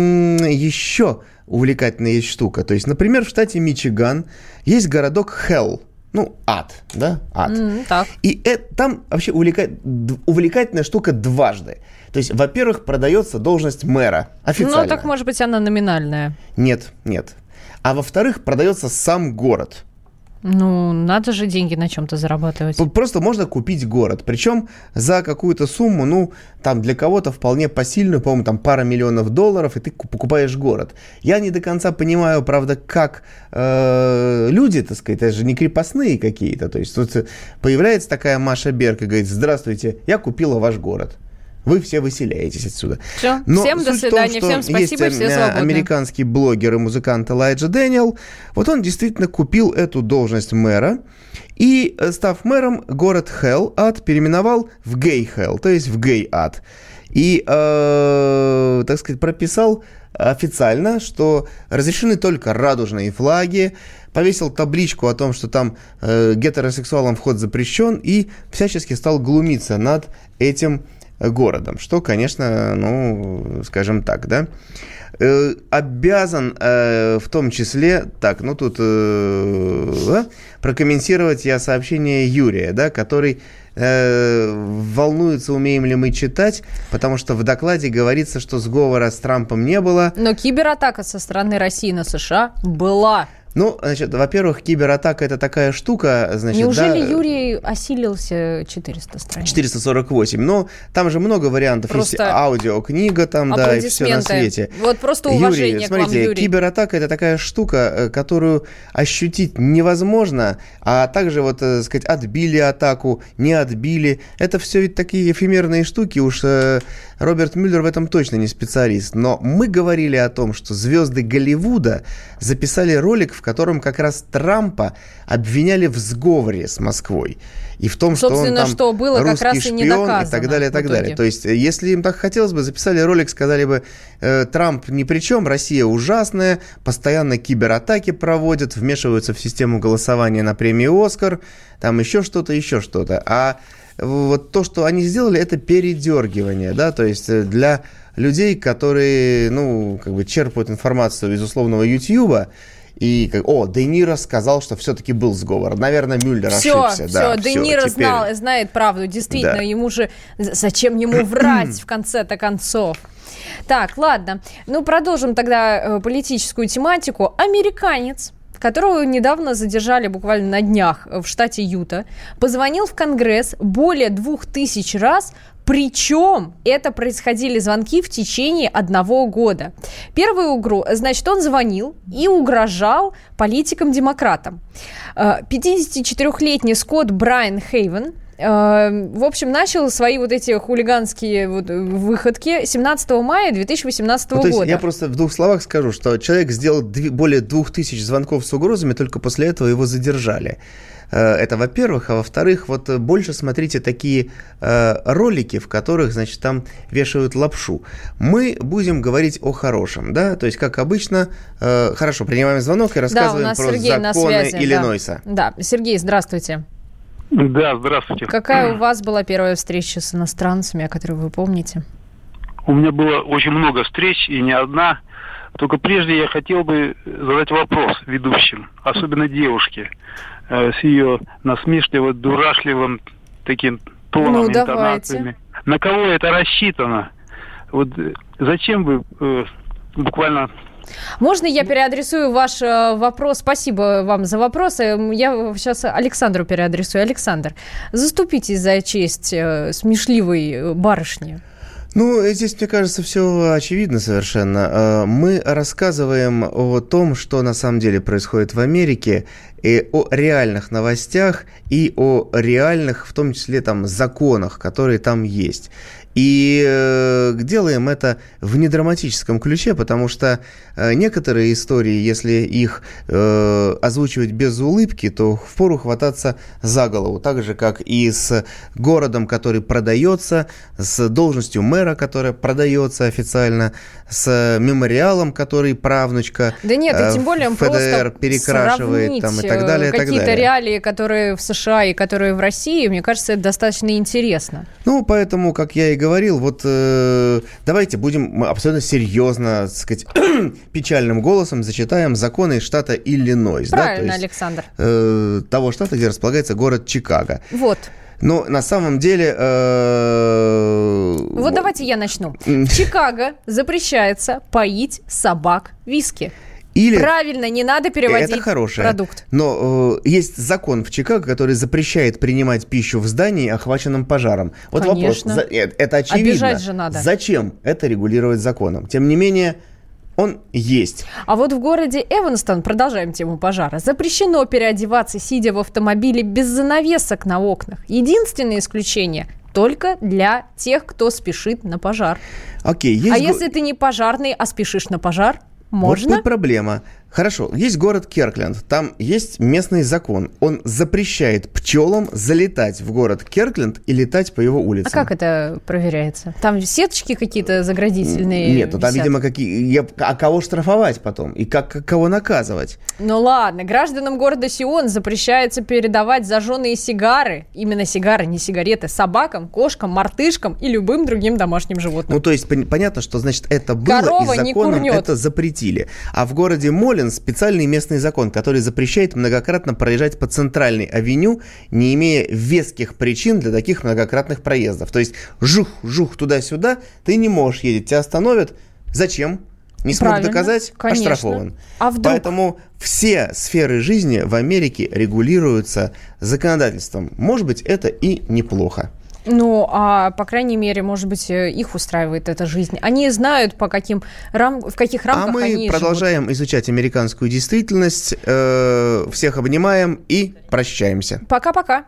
[SPEAKER 3] еще увлекательная есть штука. То есть, например, в штате Мичиган есть городок Хелл. Ну, ад, да? Ад.
[SPEAKER 2] Так.
[SPEAKER 3] И там вообще увлекательная штука дважды. То есть, во-первых, продается должность мэра официально.
[SPEAKER 2] Ну, так, может быть, она номинальная.
[SPEAKER 3] Нет. А во-вторых, продается сам город.
[SPEAKER 2] Ну, надо же деньги на чем-то зарабатывать.
[SPEAKER 3] Просто можно купить город. Причем за какую-то сумму, ну, там для кого-то вполне посильную, по-моему, там $2 миллионов, и ты покупаешь город. Я не до конца понимаю, правда, как люди, так сказать, это же не крепостные какие-то. То есть тут появляется такая Маша Берг и говорит: здравствуйте, я купила ваш город. Вы все выселяетесь отсюда.
[SPEAKER 2] Все. Всем до свидания, всем спасибо,
[SPEAKER 3] есть
[SPEAKER 2] все свободны.
[SPEAKER 3] Американский блогер и музыкант Элайджа Дэниел. Вот он действительно купил эту должность мэра. И, став мэром, город Хелл-Ад переименовал в Гей-Хелл, то есть в Гей-Ад. И, так сказать, прописал официально, что разрешены только радужные флаги, повесил табличку о том, что там гетеросексуалам вход запрещен, и всячески стал глумиться над этим городом, что, конечно, ну, скажем так, да, обязан в том числе, так, ну, тут прокомментировать я сообщение Юрия, да, который волнуется, умеем ли мы читать, потому что в докладе говорится, что сговора с Трампом не было.
[SPEAKER 2] Но кибератака со стороны России на США была.
[SPEAKER 3] Ну, значит, во-первых, кибератака – это такая штука, значит,
[SPEAKER 2] Неужели
[SPEAKER 3] да,
[SPEAKER 2] Юрий осилился 400 страниц?
[SPEAKER 3] 448. Но там же много вариантов.
[SPEAKER 2] Просто
[SPEAKER 3] есть аудиокнига там, да, и все на свете.
[SPEAKER 2] Вот просто уважение
[SPEAKER 3] Юрий,
[SPEAKER 2] к вам,
[SPEAKER 3] смотрите,
[SPEAKER 2] Юрий.
[SPEAKER 3] кибератака – это такая штука, которую ощутить невозможно, а также, вот, так сказать, отбили атаку, не отбили. Это все ведь такие эфемерные штуки, уж Роберт Мюллер в этом точно не специалист. Но мы говорили о том, что звезды Голливуда записали ролик, в котором как раз Трампа обвиняли в сговоре с Москвой. И в том,
[SPEAKER 2] собственно,
[SPEAKER 3] что он там
[SPEAKER 2] что было
[SPEAKER 3] русский
[SPEAKER 2] как раз и не
[SPEAKER 3] шпион,
[SPEAKER 2] доказано
[SPEAKER 3] и так далее, и так далее. То есть, если им так хотелось бы, записали ролик, сказали бы, Трамп ни при чем, Россия ужасная, постоянно кибератаки проводят, вмешиваются в систему голосования на премию «Оскар», там еще что-то. А вот то, что они сделали, это передергивание, да, то есть для людей, которые, ну, как бы черпают информацию из условного Ютьюба, и, Де Ниро сказал, что все-таки был сговор. Наверное, Мюллер ошибся.
[SPEAKER 2] Все, Де Ниро знает правду, действительно. Да. Ему же, зачем ему врать в конце-то концов? Так, ладно. Ну, продолжим тогда политическую тематику. Американец, которого недавно задержали буквально на днях в штате Юта, позвонил в Конгресс более 2000 раз, причем это происходили звонки в течение 1 года. Значит, он звонил и угрожал политикам-демократам. 54-летний Скотт Брайан Хейвен, в общем, начал свои вот эти хулиганские выходки 17 мая 2018 года.
[SPEAKER 3] То есть я просто в 2 словах скажу, что человек сделал более 2000 звонков с угрозами, только после этого его задержали. Это, во-первых. А во-вторых, вот больше смотрите такие ролики, в которых, значит, там вешают лапшу. Мы будем говорить о хорошем, да? То есть, как обычно, хорошо, принимаем звонок и рассказываем про
[SPEAKER 2] Сергей
[SPEAKER 3] законы Иллинойса.
[SPEAKER 2] Да, Сергей, здравствуйте.
[SPEAKER 12] Да, здравствуйте.
[SPEAKER 2] Какая у вас была первая встреча с иностранцами, о которой вы помните?
[SPEAKER 12] У меня было очень много встреч, и не одна. Только прежде я хотел бы задать вопрос ведущим, особенно девушке, с ее насмешливо-дурашливым таким тоном, интонациями. На кого это рассчитано? Вот зачем вы буквально...
[SPEAKER 2] Можно я переадресую ваш вопрос? Спасибо вам за вопрос. Я сейчас Александру переадресую. Александр, заступитесь за честь смешливой барышни.
[SPEAKER 3] Ну, здесь, мне кажется, все очевидно совершенно. Мы рассказываем о том, что на самом деле происходит в Америке, и о реальных новостях, и о реальных, в том числе, там, законах, которые там есть. И делаем это в недраматическом ключе, потому что некоторые истории, если их озвучивать без улыбки, то впору хвататься за голову. Так же, как и с городом, который продается, с должностью мэра, которая продается официально, с мемориалом, который правнучка
[SPEAKER 2] да нет, и тем более
[SPEAKER 3] ФДР перекрашивает там, и так далее.
[SPEAKER 2] Какие-то реалии, которые в США и которые в России, мне кажется, это достаточно интересно.
[SPEAKER 3] Ну, поэтому, как я и говорил, вот давайте будем абсолютно серьезно, так сказать, печальным голосом зачитаем законы штата Иллинойс.
[SPEAKER 2] Правильно,
[SPEAKER 3] да? То есть,
[SPEAKER 2] Александр.
[SPEAKER 3] Того штата, где располагается город Чикаго.
[SPEAKER 2] Вот.
[SPEAKER 3] Но на самом деле...
[SPEAKER 2] Вот давайте я начну. В Чикаго запрещается поить собак виски.
[SPEAKER 3] Или...
[SPEAKER 2] Правильно, не надо переводить
[SPEAKER 3] это хорошее.
[SPEAKER 2] Продукт.
[SPEAKER 3] Но есть закон в Чикаго, который запрещает принимать пищу в здании, охваченном пожаром. Вот
[SPEAKER 2] конечно.
[SPEAKER 3] Вопрос. Это очевидно.
[SPEAKER 2] Обижать же надо.
[SPEAKER 3] Зачем это регулировать законом? Тем не менее, он есть.
[SPEAKER 2] А вот в городе Эванстон, продолжаем тему пожара, запрещено переодеваться, сидя в автомобиле без занавесок на окнах. Единственное исключение – только для тех, кто спешит на пожар.
[SPEAKER 3] Окей,
[SPEAKER 2] если ты не пожарный, а спешишь на пожар? Можно?
[SPEAKER 3] Вот проблема. Хорошо, есть город Киркленд, там есть местный закон. Он запрещает пчелам залетать в город Киркленд и летать по его улицам.
[SPEAKER 2] А как это проверяется? Там сеточки какие-то заградительные?
[SPEAKER 3] Нет, ну там, видимо, какие... А кого штрафовать потом? И кого наказывать?
[SPEAKER 2] Ну ладно, гражданам города Сион запрещается передавать зажженные сигары, именно сигары, не сигареты, собакам, кошкам, мартышкам и любым другим домашним животным.
[SPEAKER 3] Ну то есть понятно, что значит это было,
[SPEAKER 2] корова
[SPEAKER 3] и законом это запретили. А в городе Молин специальный местный закон, который запрещает многократно проезжать по центральной авеню, не имея веских причин для таких многократных проездов. То есть жух туда-сюда, ты не можешь ездить, тебя остановят. Зачем? Не смог доказать,
[SPEAKER 2] конечно.
[SPEAKER 3] оштрафован.
[SPEAKER 2] А вдруг?
[SPEAKER 3] Поэтому все сферы жизни в Америке регулируются законодательством. Может быть, это и неплохо.
[SPEAKER 2] Ну, а по крайней мере, может быть, их устраивает эта жизнь. Они знают, в каких рамках они живут.
[SPEAKER 3] Мы продолжаем изучать американскую действительность. Всех обнимаем и прощаемся.
[SPEAKER 2] Пока-пока.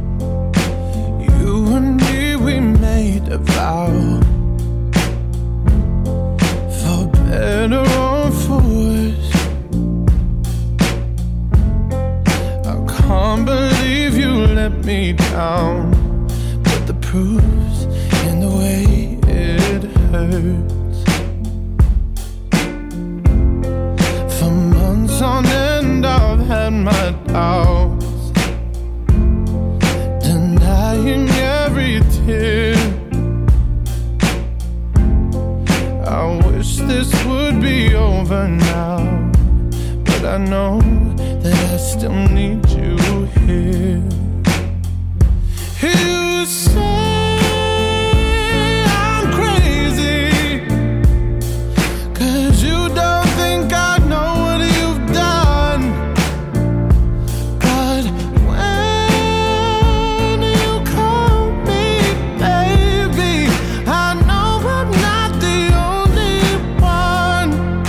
[SPEAKER 10] The proof's in the way it hurts. For months on end I've had my doubts, denying every tear. I wish this would be over now, but I know that I still need you here. You say I'm crazy, 'cause you don't think I know what you've done. But when you call me baby, I know I'm not the only one.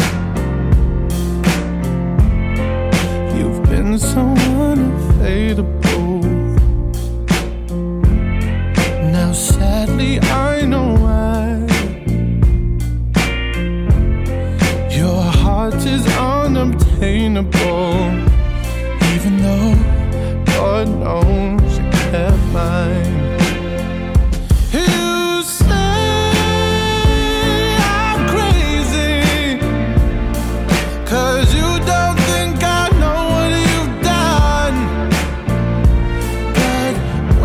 [SPEAKER 10] You've been so unfadable. Sadly, I know why. Your heart is unobtainable, even though God knows you kept mine. You say I'm crazy, 'cause you don't think I know what you've done. But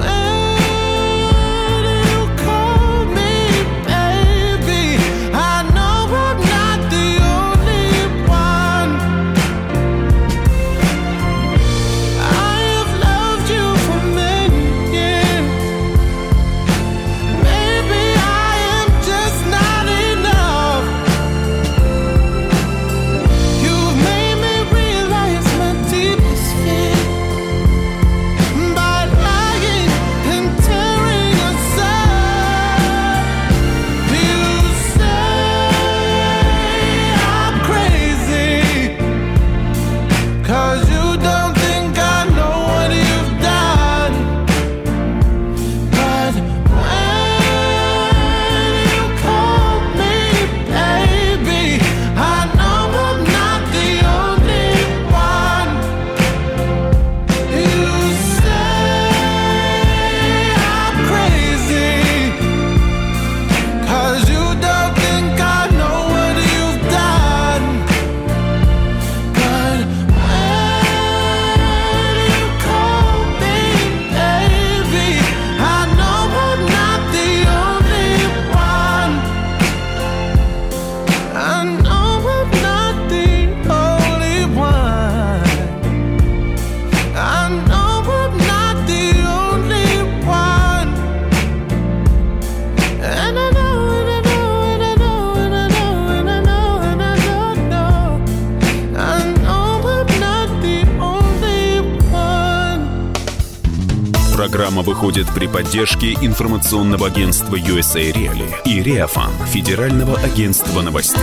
[SPEAKER 1] Программа выходит при поддержке информационного агентства USA Reali и Реафан, Федерального агентства новостей.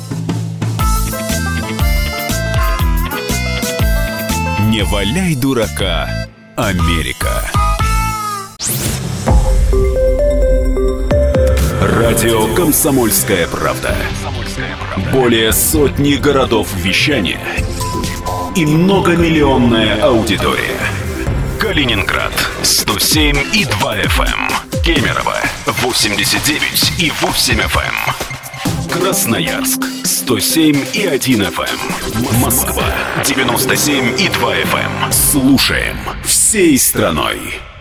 [SPEAKER 1] Не валяй дурака, Америка. Радио «Комсомольская правда». Более сотни городов вещания и многомиллионная аудитория. Калининград 107,2 FM, Кемерово 89,8 FM, Красноярск 107,1 FM, Москва 97,2 FM. Слушаем всей страной.